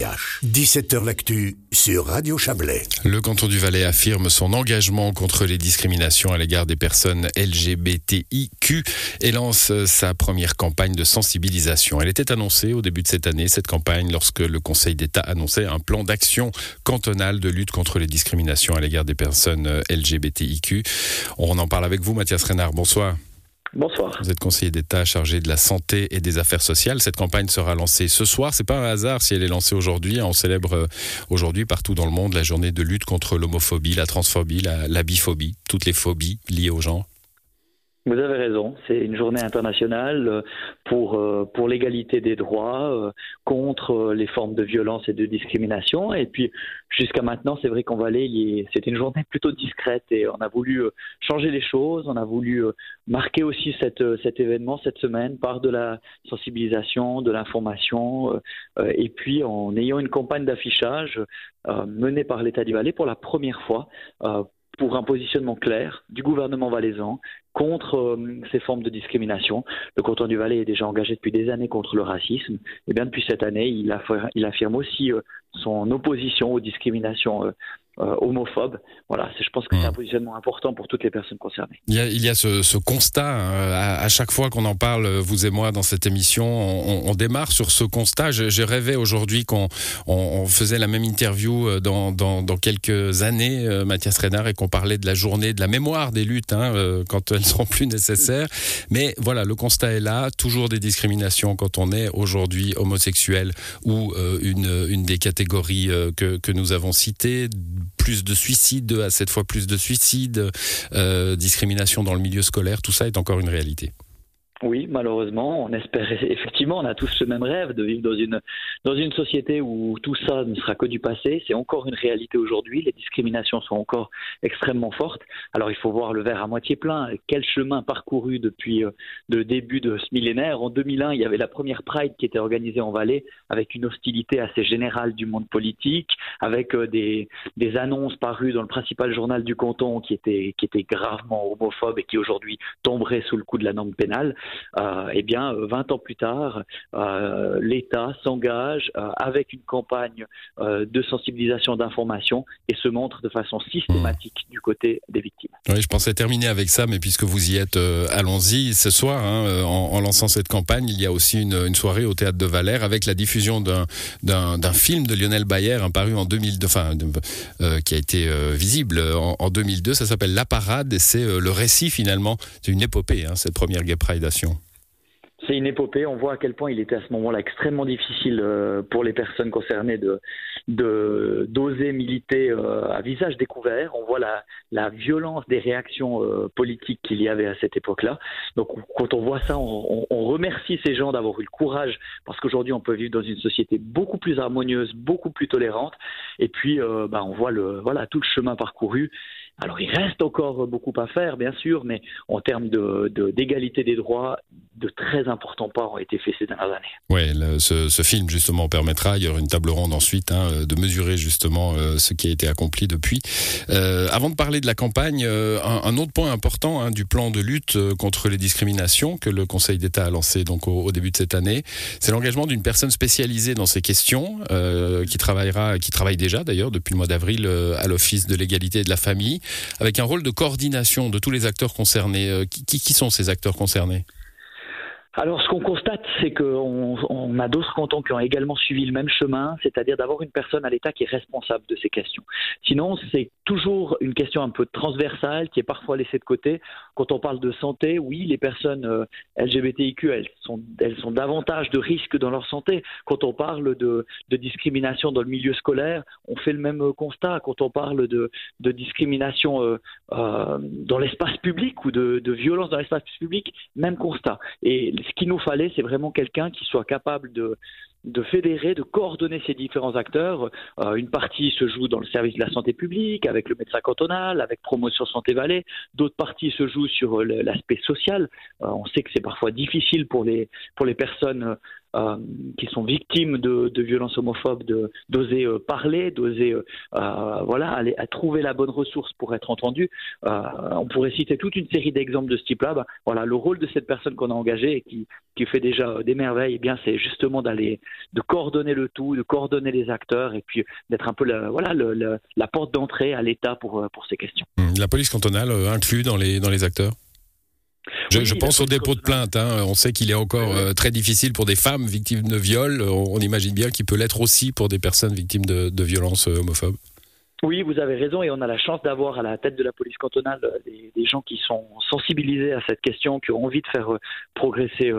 17h l'actu sur Radio Chablais. Le canton du Valais affirme son engagement contre les discriminations à l'égard des personnes LGBTIQ et lance sa première campagne de sensibilisation. Elle était annoncée au début de cette année, cette campagne, lorsque le Conseil d'État annonçait un plan d'action cantonal de lutte contre les discriminations à l'égard des personnes LGBTIQ. On en parle avec vous, Mathias Reynard. Bonsoir. Bonsoir. Vous êtes conseiller d'État chargé de la santé et des affaires sociales. Cette campagne sera lancée ce soir. C'est pas un hasard si elle est lancée aujourd'hui. On célèbre aujourd'hui partout dans le monde la journée de lutte contre l'homophobie, la transphobie, la biphobie, toutes les phobies liées au genre. Vous avez raison, c'est une journée internationale pour l'égalité des droits, contre les formes de violence et de discrimination. Et puis, jusqu'à maintenant, c'est vrai qu'en Valais, c'était une journée plutôt discrète et on a voulu changer les choses, on a voulu marquer aussi cet événement cette semaine par de la sensibilisation, de l'information, et puis en ayant une campagne d'affichage menée par l'État du Valais pour la première fois, pour un positionnement clair du gouvernement valaisan contre ces formes de discrimination. Le canton du Valais est déjà engagé depuis des années contre le racisme. Et bien depuis cette année, il affirme aussi son opposition aux discriminations homophobes. Voilà, je pense que c'est un positionnement important pour toutes les personnes concernées. Il y a ce constat, à chaque fois qu'on en parle, vous et moi, dans cette émission, on démarre sur ce constat. J'ai rêvé aujourd'hui qu'on faisait la même interview dans quelques années, Mathias Reynard, et qu'on parlait de la journée de la mémoire des luttes, quand elles seront plus nécessaires. Mais voilà, le constat est là, toujours des discriminations quand on est aujourd'hui homosexuel ou une des catégories que nous avons citées, plus de suicides, 2 à 7 fois plus de suicides, discrimination dans le milieu scolaire, tout ça est encore une réalité. Oui, malheureusement, on espère effectivement, on a tous ce même rêve de vivre dans une société où tout ça ne sera que du passé. C'est encore une réalité aujourd'hui. Les discriminations sont encore extrêmement fortes. Alors il faut voir le verre à moitié plein. Quel chemin parcouru depuis le début de ce millénaire. En 2001, il y avait la première Pride qui était organisée en Valais avec une hostilité assez générale du monde politique, avec des annonces parues dans le principal journal du canton qui étaient gravement homophobes et qui aujourd'hui tomberaient sous le coup de la norme pénale. 20 ans plus tard, l'État s'engage avec une campagne de sensibilisation, d'information et se montre de façon systématique du côté des victimes. Oui, je pensais terminer avec ça, mais puisque vous y êtes, allons-y. Ce soir, en lançant cette campagne, il y a aussi une soirée au Théâtre de Valère avec la diffusion d'un film de Lionel Bayer, paru en 2002, qui a été visible en 2002. Ça s'appelle La Parade et c'est le récit finalement. C'est une épopée, cette première Gay Pride-ation. C'est une épopée. On voit à quel point il était à ce moment-là extrêmement difficile pour les personnes concernées d'oser militer à visage découvert. On voit la violence des réactions politiques qu'il y avait à cette époque-là. Donc quand on voit ça, on remercie ces gens d'avoir eu le courage, parce qu'aujourd'hui on peut vivre dans une société beaucoup plus harmonieuse, beaucoup plus tolérante. Et puis on voit tout le chemin parcouru. Alors il reste encore beaucoup à faire, bien sûr, mais en termes d'égalité des droits, de très importants pas ont été faits ces dernières années. Oui, ce film justement permettra, il y aura une table ronde ensuite, de mesurer justement ce qui a été accompli depuis. Avant de parler de la campagne, un autre point important du plan de lutte contre les discriminations que le Conseil d'État a lancé donc au début de cette année, c'est l'engagement d'une personne spécialisée dans ces questions, qui travaille déjà d'ailleurs depuis le mois d'avril à l'Office de l'égalité et de la famille, avec un rôle de coordination de tous les acteurs concernés. Qui sont ces acteurs concernés ? Alors, ce qu'on constate, c'est qu'on a d'autres cantons qui ont également suivi le même chemin, c'est-à-dire d'avoir une personne à l'État qui est responsable de ces questions. Sinon, c'est toujours une question un peu transversale qui est parfois laissée de côté. Quand on parle de santé, oui, les personnes LGBTIQ, elles sont davantage de risques dans leur santé. Quand on parle de discrimination dans le milieu scolaire, on fait le même constat. Quand on parle de discrimination dans l'espace public ou de violence dans l'espace public, même constat. Et ce qu'il nous fallait, c'est vraiment quelqu'un qui soit capable de fédérer, de coordonner ces différents acteurs. Une partie se joue dans le service de la santé publique, avec le médecin cantonal, avec Promotion Santé Valais. D'autres parties se jouent sur l'aspect social. On sait que c'est parfois difficile pour les personnes qui sont victimes de violences homophobes d'oser parler, d'oser aller à trouver la bonne ressource pour être entendu. On pourrait citer toute une série d'exemples de ce type-là. Le rôle de cette personne qu'on a engagée et qui fait déjà des merveilles, c'est justement de coordonner le tout, de coordonner les acteurs et puis d'être un peu la porte d'entrée à l'État pour ces questions. La police cantonale inclue dans les acteurs. Je pense au dépôt de plainte. On sait qu'il est encore très difficile pour des femmes victimes de viol. On imagine bien qu'il peut l'être aussi pour des personnes victimes de violences homophobes. Oui, vous avez raison et on a la chance d'avoir à la tête de la police cantonale des gens qui sont sensibilisés à cette question, qui ont envie de faire progresser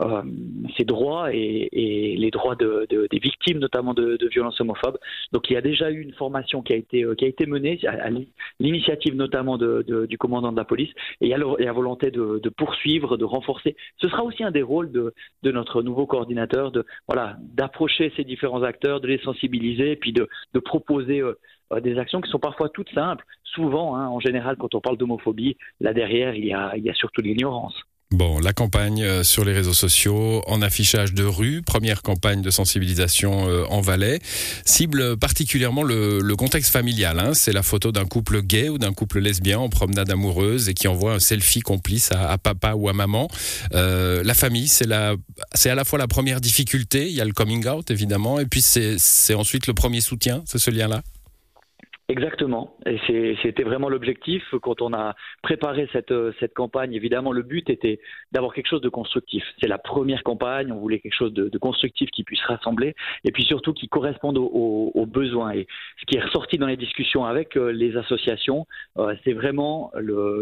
ces droits et les droits des victimes, notamment de violences homophobes. Donc il y a déjà eu une formation qui a été menée à l'initiative notamment du commandant de la police et il y a la volonté de poursuivre, de renforcer. Ce sera aussi un des rôles de notre nouveau coordinateur, d'approcher ces différents acteurs, de les sensibiliser et puis de proposer des actions qui sont parfois toutes simples. Souvent, en général, quand on parle d'homophobie, là derrière, il y a surtout l'ignorance. Bon, la campagne sur les réseaux sociaux, en affichage de rue, première campagne de sensibilisation en Valais, cible particulièrement le contexte familial. C'est la photo d'un couple gay ou d'un couple lesbien en promenade amoureuse et qui envoie un selfie complice à papa ou à maman. La famille, c'est à la fois la première difficulté, il y a le coming out évidemment, et puis c'est ensuite le premier soutien, c'est ce lien-là. Exactement, et c'était vraiment l'objectif quand on a préparé cette campagne. Évidemment, le but était d'avoir quelque chose de constructif. C'est la première campagne, on voulait quelque chose de constructif qui puisse rassembler et puis surtout qui corresponde aux besoins. Et ce qui est ressorti dans les discussions avec les associations, c'est vraiment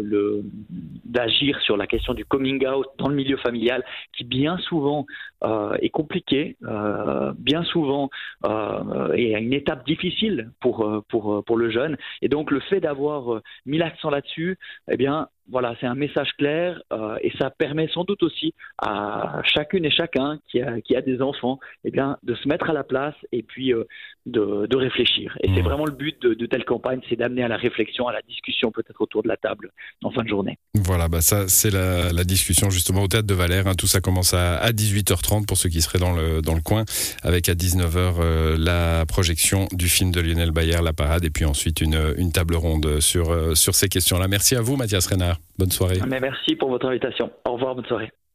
d'agir sur la question du coming out dans le milieu familial qui bien souvent est compliqué, bien souvent est une étape difficile pour le jeune. Et donc, le fait d'avoir mis l'accent là-dessus, c'est un message clair et ça permet sans doute aussi à chacune et chacun qui a des enfants de se mettre à la place et puis de réfléchir. Et c'est vraiment le but de telle campagne, c'est d'amener à la réflexion, à la discussion peut-être autour de la table en fin de journée. Voilà, ça c'est la discussion justement au Théâtre de Valère. Tout ça commence à 18h30 pour ceux qui seraient dans le coin, avec à 19h la projection du film de Lionel Bayer, La Parade, et puis ensuite une table ronde sur ces questions-là. Merci à vous Mathias Renard. Bonne soirée. Merci pour votre invitation. Au revoir, bonne soirée.